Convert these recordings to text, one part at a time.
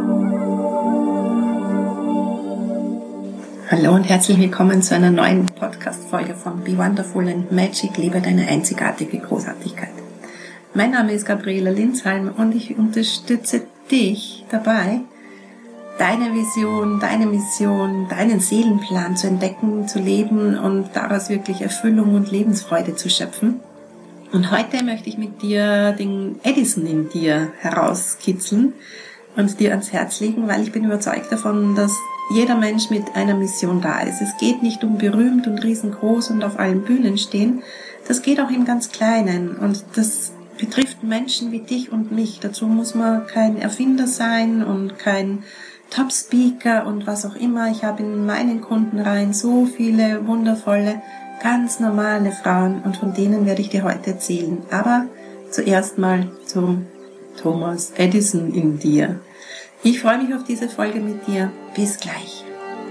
Hallo und herzlich willkommen zu einer neuen Podcast-Folge von Be Wonderful and Magic, lebe deine einzigartige Großartigkeit. Mein Name ist Gabriela Linshalm und ich unterstütze dich dabei, deine Vision, deine Mission, deinen Seelenplan zu entdecken, zu leben und daraus wirklich Erfüllung und Lebensfreude zu schöpfen. Und heute möchte ich mit dir den Edison in dir herauskitzeln und dir ans Herz legen, weil ich bin überzeugt davon, dass jeder Mensch mit einer Mission da ist. Es geht nicht um berühmt und riesengroß und auf allen Bühnen stehen. Das geht auch im ganz Kleinen und das betrifft Menschen wie dich und mich. Dazu muss man kein Erfinder sein und kein Top-Speaker und was auch immer. Ich habe in meinen Kundenreihen so viele wundervolle, ganz normale Frauen und von denen werde ich dir heute erzählen. Aber zuerst mal zum Thomas Edison in dir. Ich freue mich auf diese Folge mit dir. Bis gleich.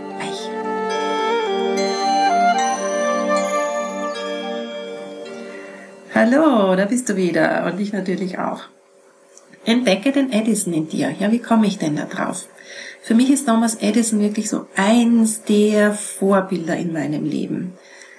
Hallo, da bist du wieder und ich natürlich auch. Entdecke den Edison in dir. Ja, wie komme ich denn da drauf? Für mich ist Thomas Edison wirklich so eins der Vorbilder in meinem Leben,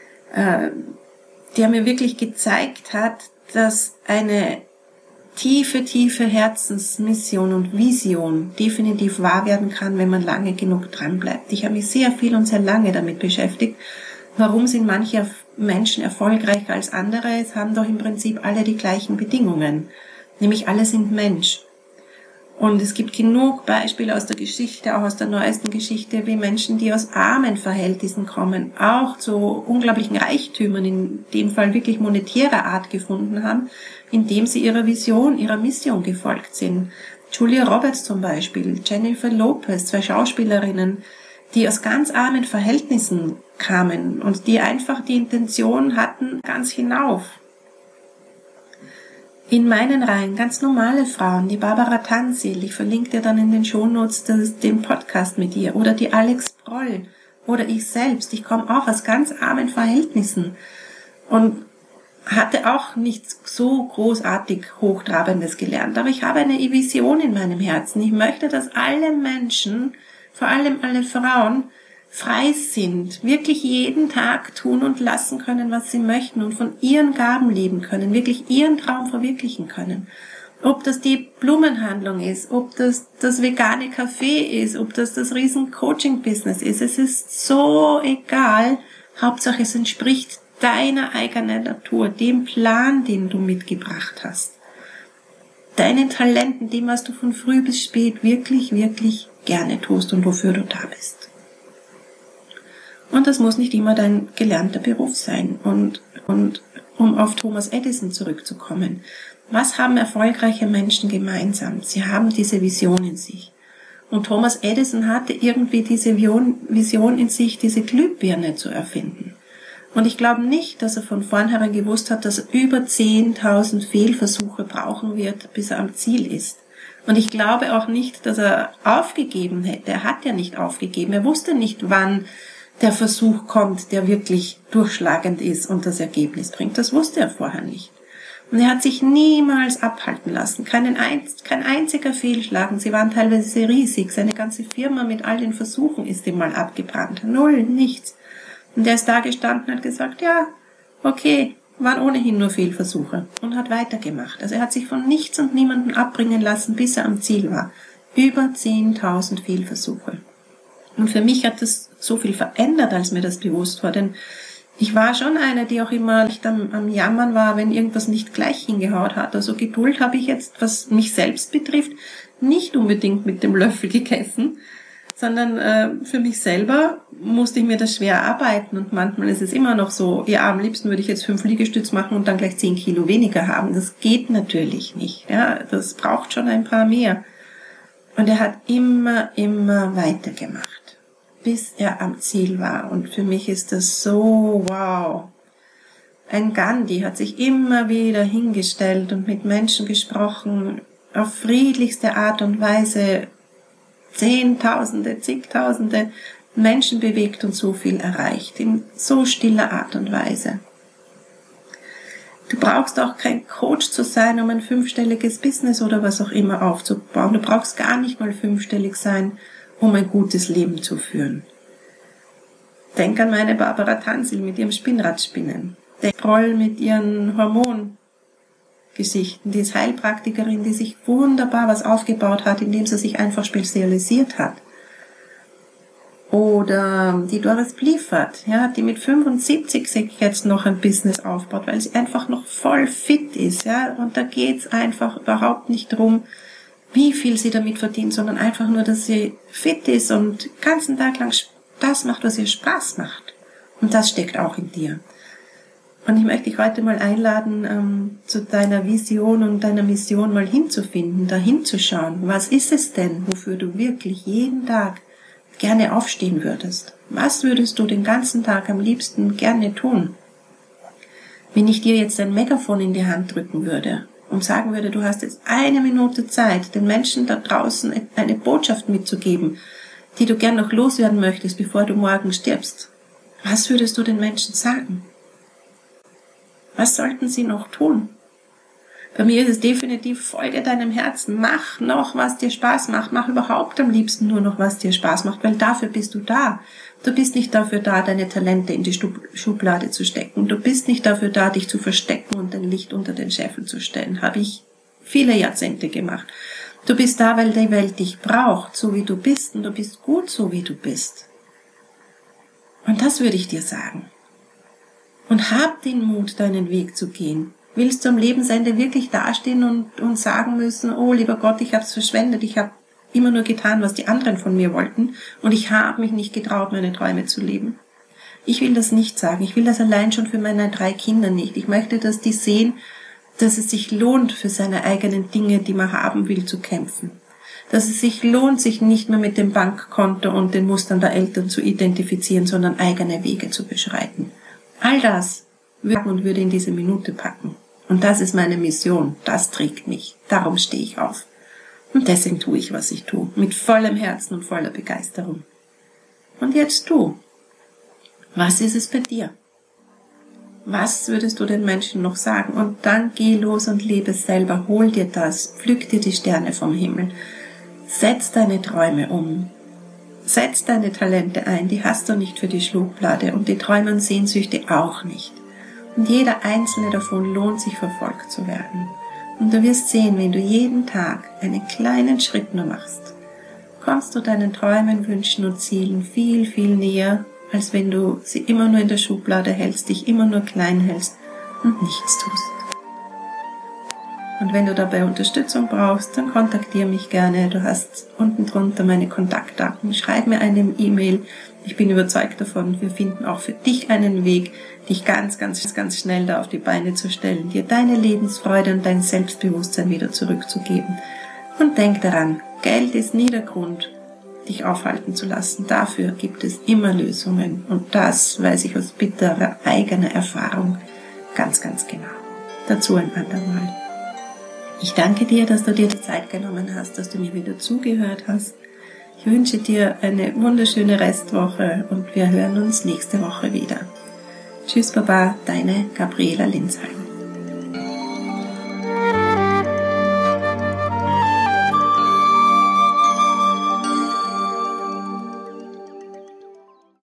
der mir wirklich gezeigt hat, dass eine tiefe Herzensmission und Vision definitiv wahr werden kann, wenn man lange genug dran bleibt. Ich habe mich sehr viel und sehr lange damit beschäftigt. Warum sind manche Menschen erfolgreicher als andere? Es haben doch im Prinzip alle die gleichen Bedingungen. Nämlich alle sind Mensch. Und es gibt genug Beispiele aus der Geschichte, auch aus der neuesten Geschichte, wie Menschen, die aus armen Verhältnissen kommen, auch zu unglaublichen Reichtümern, in dem Fall wirklich monetärer Art gefunden haben, indem sie ihrer Vision, ihrer Mission gefolgt sind. Julia Roberts zum Beispiel, Jennifer Lopez, 2 Schauspielerinnen, die aus ganz armen Verhältnissen kamen und die einfach die Intention hatten, ganz hinauf. In meinen Reihen ganz normale Frauen, die Barbara Tanzil, ich verlinke dir dann in den Shownotes den Podcast mit ihr, oder die Alex Broll, oder ich selbst, ich komme auch aus ganz armen Verhältnissen und hatte auch nichts so großartig Hochtrabendes gelernt, aber ich habe eine Vision in meinem Herzen. Ich möchte, dass alle Menschen, vor allem alle Frauen, frei sind, wirklich jeden Tag tun und lassen können, was sie möchten und von ihren Gaben leben können, wirklich ihren Traum verwirklichen können. Ob das die Blumenhandlung ist, ob das das vegane Café ist, ob das das riesen Coaching-Business ist, es ist so egal. Hauptsache es entspricht deiner eigenen Natur, dem Plan, den du mitgebracht hast, deinen Talenten, dem, was du von früh bis spät wirklich gerne tust und wofür du da bist. Und das muss nicht immer dein gelernter Beruf sein. Und um auf Thomas Edison zurückzukommen, was haben erfolgreiche Menschen gemeinsam? Sie haben diese Vision in sich. Und Thomas Edison hatte irgendwie diese Vision in sich, diese Glühbirne zu erfinden. Und ich glaube nicht, dass er von vornherein gewusst hat, dass er über 10.000 Fehlversuche brauchen wird, bis er am Ziel ist. Und ich glaube auch nicht, dass er aufgegeben hätte. Er hat ja nicht aufgegeben. Er wusste nicht, wann der Versuch kommt, der wirklich durchschlagend ist und das Ergebnis bringt. Das wusste er vorher nicht. Und er hat sich niemals abhalten lassen. Kein einziger Fehlschlag. Sie waren teilweise riesig. Seine ganze Firma mit all den Versuchen ist ihm mal abgebrannt. Null, nichts. Und er ist da gestanden und hat gesagt, ja, okay, waren ohnehin nur Fehlversuche. Und hat weitergemacht. Also er hat sich von nichts und niemandem abbringen lassen, bis er am Ziel war. Über 10.000 Fehlversuche. Und für mich hat das so viel verändert, als mir das bewusst war. Denn ich war schon eine, die auch immer nicht am Jammern war, wenn irgendwas nicht gleich hingehaut hat. Also Geduld habe ich jetzt, was mich selbst betrifft, nicht unbedingt mit dem Löffel gegessen, sondern für mich selber musste ich mir das schwer erarbeiten. Und manchmal ist es immer noch so, ja, am liebsten würde ich jetzt 5 Liegestütze machen und dann gleich 10 Kilo weniger haben. Das geht natürlich nicht. Ja, das braucht schon ein paar mehr. Und er hat immer weitergemacht, bis er am Ziel war. Und für mich ist das so wow. Ein Gandhi hat sich immer wieder hingestellt und mit Menschen gesprochen, auf friedlichste Art und Weise, Zehntausende, zigtausende Menschen bewegt und so viel erreicht, in so stiller Art und Weise. Du brauchst auch kein Coach zu sein, um ein 5-stelliges Business oder was auch immer aufzubauen. Du brauchst gar nicht mal 5-stellig sein, um ein gutes Leben zu führen. Denk an meine Barbara Tansil mit ihrem Spinnradspinnen. Denk an Roll mit ihren Hormongeschichten. Die ist Heilpraktikerin, die sich wunderbar was aufgebaut hat, indem sie sich einfach spezialisiert hat. Oder die Doris Bliefert, ja, die mit 75 sich jetzt noch ein Business aufbaut, weil sie einfach noch voll fit ist, ja. Und da geht's einfach überhaupt nicht darum, wie viel sie damit verdient, sondern einfach nur, dass sie fit ist und den ganzen Tag lang das macht, was ihr Spaß macht. Und das steckt auch in dir. Und ich möchte dich heute mal einladen, zu deiner Vision und deiner Mission mal hinzufinden, da hinzuschauen. Was ist es denn, wofür du wirklich jeden Tag gerne aufstehen würdest? Was würdest du den ganzen Tag am liebsten gerne tun? Wenn ich dir jetzt ein Megafon in die Hand drücken würde und sagen würde, du hast jetzt 1 Minute Zeit, den Menschen da draußen eine Botschaft mitzugeben, die du gern noch loswerden möchtest, bevor du morgen stirbst, was würdest du den Menschen sagen? Was sollten sie noch tun? Bei mir ist es definitiv, folge deinem Herzen, mach noch, was dir Spaß macht, mach überhaupt am liebsten nur noch, was dir Spaß macht, weil dafür bist du da. Du bist nicht dafür da, deine Talente in die Schublade zu stecken. Du bist nicht dafür da, dich zu verstecken und dein Licht unter den Scheffel zu stellen. Habe ich viele Jahrzehnte gemacht. Du bist da, weil die Welt dich braucht, so wie du bist, und du bist gut, so wie du bist. Und das würde ich dir sagen. Und hab den Mut, deinen Weg zu gehen. Willst du am Lebensende wirklich dastehen und sagen müssen, oh lieber Gott, ich habe es verschwendet, ich habe immer nur getan, was die anderen von mir wollten und ich habe mich nicht getraut, meine Träume zu leben? Ich will das nicht sagen. Ich will das allein schon für meine 3 Kinder nicht. Ich möchte, dass die sehen, dass es sich lohnt, für seine eigenen Dinge, die man haben will, zu kämpfen. Dass es sich lohnt, sich nicht mehr mit dem Bankkonto und den Mustern der Eltern zu identifizieren, sondern eigene Wege zu beschreiten. All das würde in diese Minute packen. Und das ist meine Mission. Das trägt mich. Darum stehe ich auf. Und deswegen tue ich, was ich tue. Mit vollem Herzen und voller Begeisterung. Und jetzt du. Was ist es bei dir? Was würdest du den Menschen noch sagen? Und dann geh los und lebe es selber. Hol dir das. Pflück dir die Sterne vom Himmel. Setz deine Träume um. Setz deine Talente ein. Die hast du nicht für die Schublade. Und die Träume und Sehnsüchte auch nicht. Und jeder einzelne davon lohnt sich, verfolgt zu werden. Und du wirst sehen, wenn du jeden Tag einen kleinen Schritt nur machst, kommst du deinen Träumen, Wünschen und Zielen viel, viel näher, als wenn du sie immer nur in der Schublade hältst, dich immer nur klein hältst und nichts tust. Und wenn du dabei Unterstützung brauchst, dann kontaktiere mich gerne. Du hast unten drunter meine Kontaktdaten. Schreib mir eine E-Mail. Ich bin überzeugt davon, wir finden auch für dich einen Weg, dich ganz, ganz, ganz schnell da auf die Beine zu stellen, dir deine Lebensfreude und dein Selbstbewusstsein wieder zurückzugeben. Und denk daran, Geld ist nie der Grund, dich aufhalten zu lassen. Dafür gibt es immer Lösungen. Und das weiß ich aus bitterer eigener Erfahrung ganz, ganz genau. Dazu ein andermal. Ich danke dir, dass du dir die Zeit genommen hast, dass du mir wieder zugehört hast. Ich wünsche dir eine wunderschöne Restwoche und wir hören uns nächste Woche wieder. Tschüss Baba, deine Gabriela Linsheim.